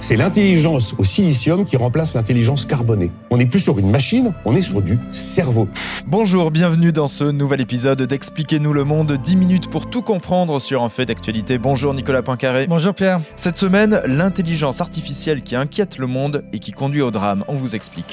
C'est l'intelligence au silicium qui remplace l'intelligence carbonée. On n'est plus sur une machine, on est sur du cerveau. Bonjour, bienvenue dans ce nouvel épisode d'Expliquez-nous le monde, 10 minutes pour tout comprendre sur un fait d'actualité. Bonjour Nicolas Poincaré. Bonjour Pierre. Cette semaine, l'intelligence artificielle qui inquiète le monde et qui conduit au drame. On vous explique.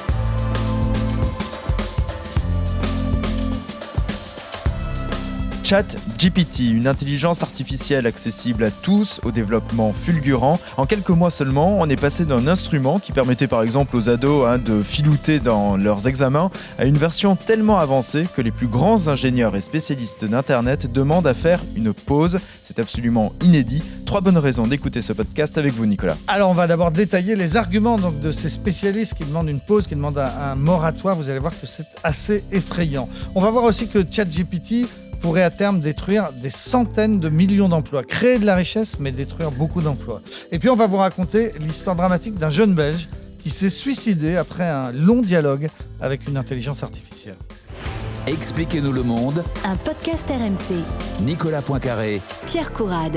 ChatGPT, une intelligence artificielle accessible à tous, au développement fulgurant. En quelques mois seulement, on est passé d'un instrument qui permettait par exemple aux ados de filouter dans leurs examens à une version tellement avancée que les plus grands ingénieurs et spécialistes d'Internet demandent à faire une pause. C'est absolument inédit. 3 bonnes raisons d'écouter ce podcast avec vous, Nicolas. Alors, on va d'abord détailler les arguments de ces spécialistes qui demandent une pause, qui demandent un moratoire. Vous allez voir que c'est assez effrayant. On va voir aussi que ChatGPT pourrait à terme détruire des centaines de millions d'emplois, créer de la richesse, mais détruire beaucoup d'emplois. Et puis on va vous raconter l'histoire dramatique d'un jeune Belge qui s'est suicidé après un long dialogue avec une intelligence artificielle. Expliquez-nous le monde. Un podcast RMC. Nicolas Poincaré. Pierre Courade.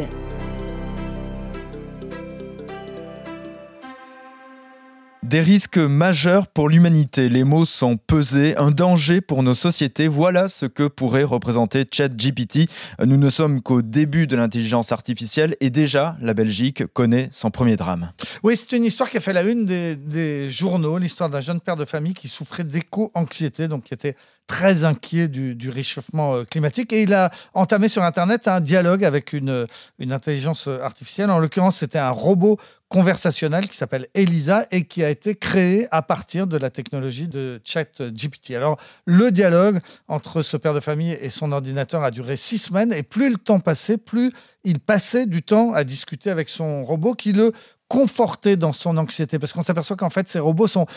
Des risques majeurs pour l'humanité. Les mots sont pesés. Un danger pour nos sociétés. Voilà ce que pourrait représenter ChatGPT. Nous ne sommes qu'au début de l'intelligence artificielle et déjà, la Belgique connaît son premier drame. Oui, c'est une histoire qui a fait la une des journaux. L'histoire d'un jeune père de famille qui souffrait d'éco-anxiété, donc qui était très inquiet du réchauffement climatique. Et il a entamé sur Internet un dialogue avec une intelligence artificielle. En l'occurrence, c'était un robot conversationnel qui s'appelle Elisa et qui a été créé à partir de la technologie de ChatGPT. Alors, le dialogue entre ce père de famille et son ordinateur a duré 6 semaines et plus le temps passait, plus il passait du temps à discuter avec son robot qui le conforté dans son anxiété, parce qu'on s'aperçoit qu'en fait ces robots sont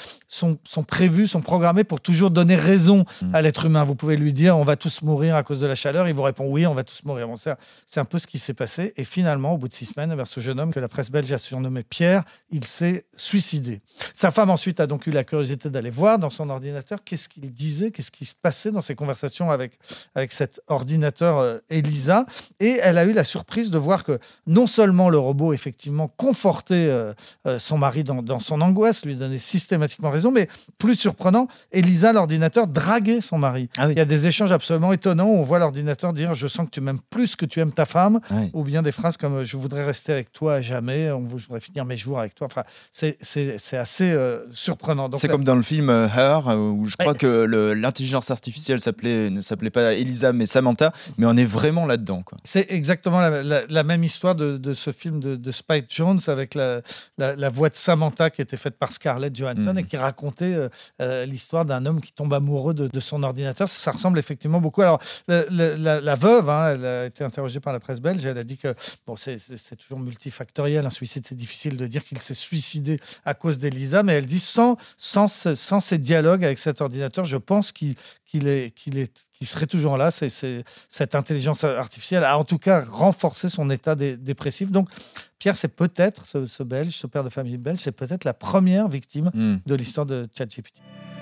prévus, sont programmés pour toujours donner raison à l'être humain. Vous pouvez lui dire on va tous mourir à cause de la chaleur, il vous répond oui, on va tous mourir. Bon, c'est un peu ce qui s'est passé et finalement au bout de 6 semaines, ce jeune homme que la presse belge a surnommé Pierre, il s'est suicidé. Sa femme ensuite a donc eu la curiosité d'aller voir dans son ordinateur qu'est-ce qu'il disait, qu'est-ce qui se passait dans ses conversations avec cet ordinateur Elisa, et elle a eu la surprise de voir que non seulement le robot effectivement confortait son mari dans son angoisse, lui donnait systématiquement raison, mais plus surprenant, Elisa, l'ordinateur, draguait son mari. Ah oui. Il y a des échanges absolument étonnants où on voit l'ordinateur dire « je sens que tu m'aimes plus que tu aimes ta femme oui. » ou bien des phrases comme « je voudrais rester avec toi à jamais, je voudrais finir mes jours avec toi ». Enfin, c'est assez surprenant. Donc, c'est comme dans le film Her, où je crois que l'intelligence artificielle ne s'appelait pas Elisa, mais Samantha, mais on est vraiment là-dedans, quoi. C'est exactement la même histoire de ce film de Spike Jonze avec la voix de Samantha qui était faite par Scarlett Johansson et qui racontait l'histoire d'un homme qui tombe amoureux de son ordinateur. Ça ressemble effectivement beaucoup. Alors, la veuve, elle a été interrogée par la presse belge, elle a dit que c'est toujours multifactoriel, un suicide, c'est difficile de dire qu'il s'est suicidé à cause d'Elisa, mais elle dit sans ces dialogues avec cet ordinateur, je pense qu'il serait toujours là. Cette intelligence artificielle a en tout cas renforcé son état dépressif. Donc, Pierre, c'est peut-être, ce Belge, ce père de famille belge, c'est peut-être la première victime de l'histoire de ChatGPT.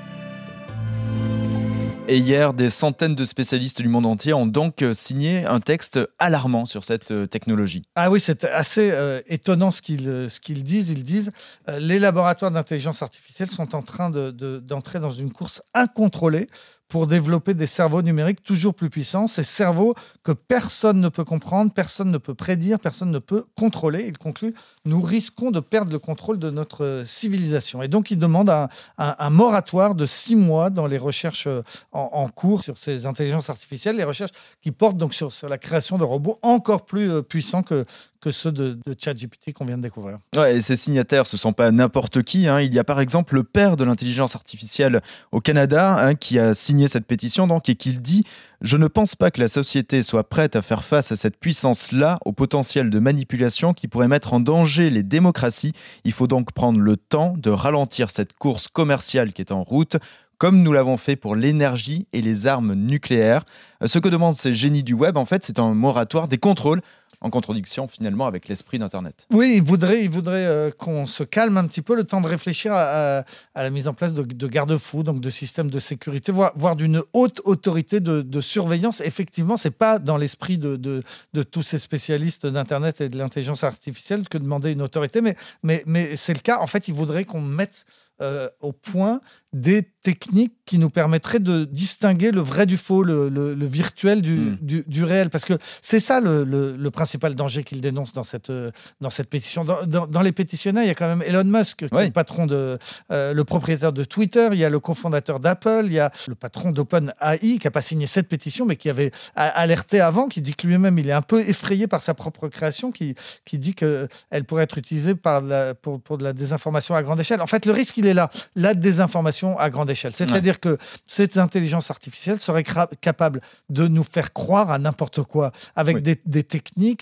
Et hier, des centaines de spécialistes du monde entier ont donc signé un texte alarmant sur cette technologie. Ah oui, c'est assez étonnant ce qu'ils disent. Ils disent les laboratoires d'intelligence artificielle sont en train d'entrer dans une course incontrôlée pour développer des cerveaux numériques toujours plus puissants, ces cerveaux que personne ne peut comprendre, personne ne peut prédire, personne ne peut contrôler. Il conclut, nous risquons de perdre le contrôle de notre civilisation. Et donc, il demande un moratoire de 6 mois dans les recherches en cours sur ces intelligences artificielles, les recherches qui portent donc sur la création de robots encore plus puissants que ceux de ChatGPT qu'on vient de découvrir. Ouais, et ces signataires, ce ne sont pas n'importe qui. Il y a par exemple le père de l'intelligence artificielle au Canada qui a signé cette pétition donc, et qui dit « Je ne pense pas que la société soit prête à faire face à cette puissance-là, au potentiel de manipulation qui pourrait mettre en danger les démocraties. Il faut donc prendre le temps de ralentir cette course commerciale qui est en route. » Comme nous l'avons fait pour l'énergie et les armes nucléaires. Ce que demandent ces génies du web, en fait, c'est un moratoire, des contrôles en contradiction finalement avec l'esprit d'Internet. Oui, il voudrait qu'on se calme un petit peu, le temps de réfléchir à la mise en place de garde-fous, donc de systèmes de sécurité, voire d'une haute autorité de surveillance. Effectivement, c'est pas dans l'esprit de tous ces spécialistes d'Internet et de l'intelligence artificielle que demander une autorité, mais c'est le cas. En fait, il voudrait qu'on mette au point des techniques qui nous permettraient de distinguer le vrai du faux, le virtuel du réel. Parce que c'est ça le principal danger qu'il dénonce dans cette pétition. Dans les pétitionnaires, il y a quand même Elon Musk, qui est le patron le propriétaire de Twitter, il y a le cofondateur d'Apple, il y a le patron d'OpenAI qui n'a pas signé cette pétition, mais qui avait alerté avant, qui dit que lui-même, il est un peu effrayé par sa propre création, qui dit qu'elle pourrait être utilisée pour de la désinformation à grande échelle. En fait, le risque, il est là, la désinformation à grande échelle. C'est-à-dire que cette intelligence artificielle serait capable de nous faire croire à n'importe quoi, avec des techniques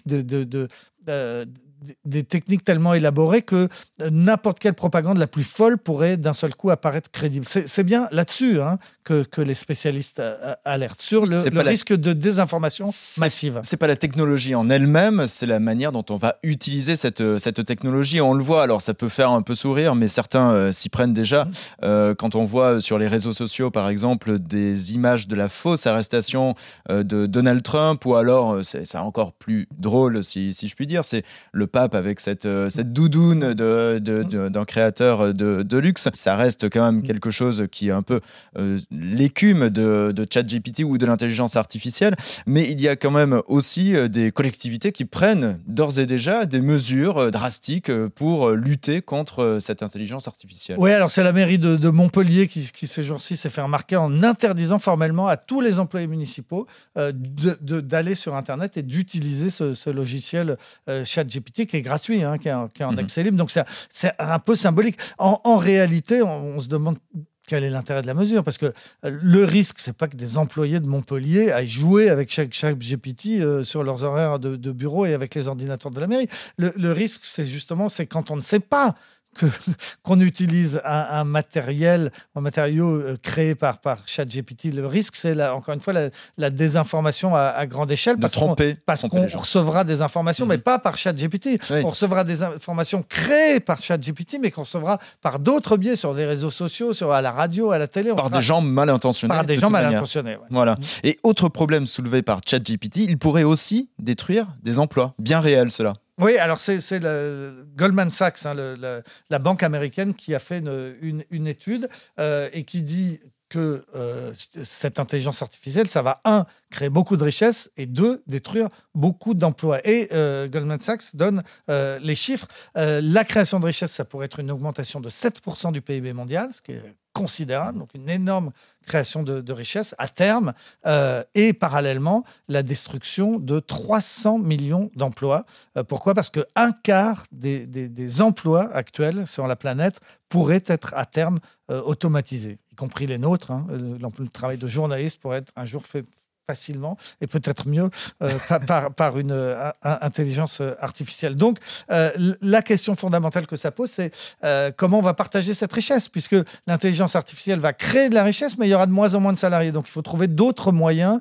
des techniques tellement élaborées que n'importe quelle propagande la plus folle pourrait d'un seul coup apparaître crédible. C'est bien là-dessus que les spécialistes alertent, sur le risque de désinformation massive. C'est pas la technologie en elle-même, c'est la manière dont on va utiliser cette technologie. On le voit, alors ça peut faire un peu sourire, mais certains s'y prennent déjà. Quand on voit sur les réseaux sociaux, par exemple, des images de la fausse arrestation de Donald Trump, ou alors, c'est encore plus drôle, si je puis dire, c'est le pape avec cette doudoune d'un créateur de luxe. Ça reste quand même quelque chose qui est un peu l'écume de ChatGPT ou de l'intelligence artificielle, mais il y a quand même aussi des collectivités qui prennent d'ores et déjà des mesures drastiques pour lutter contre cette intelligence artificielle. Oui, alors c'est la mairie de Montpellier qui ces jours-ci s'est fait remarquer en interdisant formellement à tous les employés municipaux d'aller sur Internet et d'utiliser ce logiciel ChatGPT qui est gratuit, qui est en accès libre. Donc c'est un peu symbolique. En réalité, on se demande quel est l'intérêt de la mesure, parce que le risque, c'est pas que des employés de Montpellier aillent jouer avec ChatGPT sur leurs horaires de bureau et avec les ordinateurs de la mairie. Le risque, c'est quand on ne sait pas qu'on utilise un matériau créé par ChatGPT. Le risque, c'est encore une fois la désinformation à grande échelle, parce qu'on recevra des informations, mais pas par ChatGPT. Oui. On recevra des informations créées par ChatGPT, mais qu'on recevra par d'autres biais, sur les réseaux sociaux, à la radio, à la télé. Par des gens mal intentionnés. Par des gens mal intentionnés. Ouais. Voilà. Et autre problème soulevé par ChatGPT, il pourrait aussi détruire des emplois. Bien réel, cela. Oui, alors c'est Goldman Sachs, la banque américaine, qui a fait une étude et qui dit que cette intelligence artificielle, ça va, 1, créer beaucoup de richesses, et 2, détruire beaucoup d'emplois. Et Goldman Sachs donne les chiffres. La création de richesses, ça pourrait être une augmentation de 7% du PIB mondial, ce qui est considérable, donc une énorme création de richesses à terme, et parallèlement la destruction de 300 millions d'emplois. Pourquoi ? Parce qu'un quart des emplois actuels sur la planète pourraient être à terme automatisés, y compris les nôtres. Le travail de journaliste pourrait être un jour fait facilement, et peut-être mieux par une intelligence artificielle. Donc, la question fondamentale que ça pose, c'est comment on va partager cette richesse, puisque l'intelligence artificielle va créer de la richesse, mais il y aura de moins en moins de salariés. Donc, il faut trouver d'autres moyens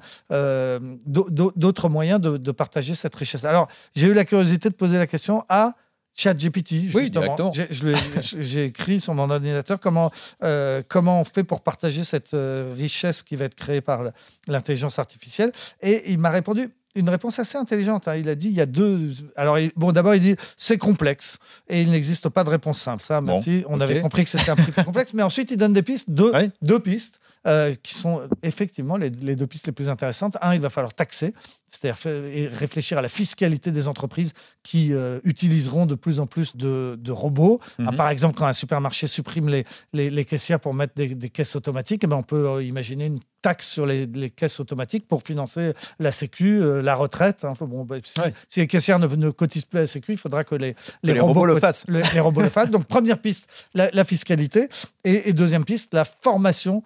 de partager cette richesse. Alors, j'ai eu la curiosité de poser la question à ChatGPT, justement. Oui, directement. J'ai écrit sur mon ordinateur comment on fait pour partager cette richesse qui va être créée par l'intelligence artificielle. Et il m'a répondu une réponse assez intelligente. Il a dit, il y a deux... Alors, d'abord, il dit, c'est complexe et il n'existe pas de réponse simple. Ça, même si on avait compris que c'était un petit peu complexe. Mais ensuite, il donne des pistes, deux pistes, qui sont effectivement les deux pistes les plus intéressantes. Un, il va falloir taxer, c'est-à-dire réfléchir à la fiscalité des entreprises qui utiliseront de plus en plus de robots. Par exemple, quand un supermarché supprime les caissières pour mettre des caisses automatiques, on peut imaginer une taxe sur les caisses automatiques pour financer la Sécu, la retraite. Si les caissières ne cotisent plus à la Sécu, il faudra que les robots le fassent. Les robots le fassent. Donc, première piste, la fiscalité. Et deuxième piste, la formation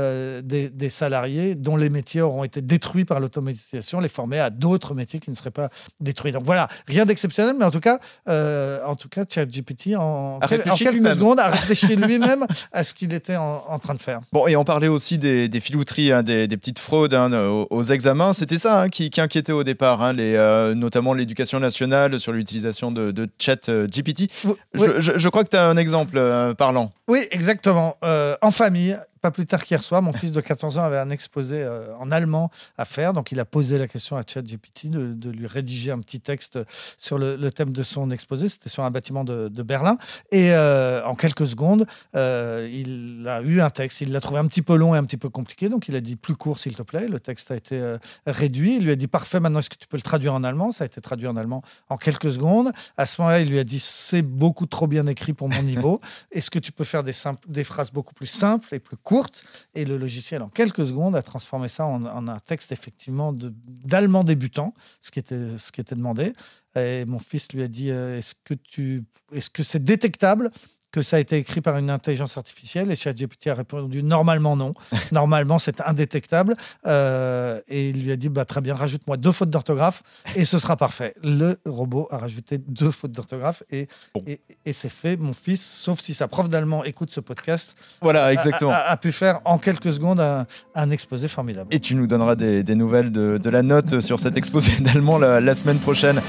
des salariés dont les métiers auront été détruits par l'automatisation, les former à d'autres métiers qui ne seraient pas détruits. Donc voilà, rien d'exceptionnel, mais en tout cas, ChatGPT, en quelques secondes, a réfléchi lui-même à ce qu'il était en train de faire. Bon, et on parlait aussi des filouteries, des petites fraudes aux examens. C'était ça qui inquiétait au départ, notamment l'éducation nationale sur l'utilisation de ChatGPT. Oui. Je crois que tu as un exemple parlant. Oui, exactement. En famille, pas plus tard qu'hier soir, mon fils de 14 ans avait un exposé en allemand à faire. Donc, il a posé la question à ChatGPT de lui rédiger un petit texte sur le thème de son exposé. C'était sur un bâtiment de Berlin. Et en quelques secondes, il a eu un texte. Il l'a trouvé un petit peu long et un petit peu compliqué. Donc, il a dit plus court, s'il te plaît. Le texte a été réduit. Il lui a dit parfait, maintenant, est-ce que tu peux le traduire en allemand? Ça a été traduit en allemand en quelques secondes. À ce moment-là, il lui a dit c'est beaucoup trop bien écrit pour mon niveau. Est-ce que tu peux faire des phrases beaucoup plus simples et plus courtes? Et le logiciel, en quelques secondes, a transformé ça en un texte effectivement d'allemand débutant, ce qui était demandé. Et mon fils lui a dit est-ce que c'est détectable que ça a été écrit par une intelligence artificielle? Et ChatGPT a répondu normalement non. Normalement, c'est indétectable. Et il lui a dit très bien, rajoute-moi 2 fautes d'orthographe et ce sera parfait. Le robot a rajouté 2 fautes d'orthographe et c'est fait. Mon fils, sauf si sa prof d'allemand écoute ce podcast, voilà, exactement. a pu faire en quelques secondes un exposé formidable. Et tu nous donneras des nouvelles de la note sur cet exposé d'allemand la semaine prochaine.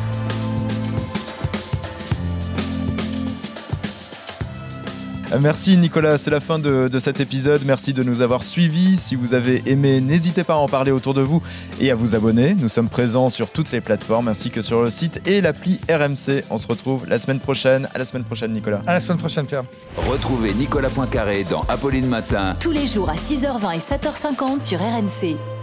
Merci Nicolas, c'est la fin de cet épisode. Merci de nous avoir suivis. Si vous avez aimé, n'hésitez pas à en parler autour de vous et à vous abonner. Nous sommes présents sur toutes les plateformes ainsi que sur le site et l'appli RMC. On se retrouve la semaine prochaine. À la semaine prochaine Nicolas. À la semaine prochaine Pierre. Retrouvez Nicolas Poincaré dans Apolline Matin. Tous les jours à 6h20 et 7h50 sur RMC.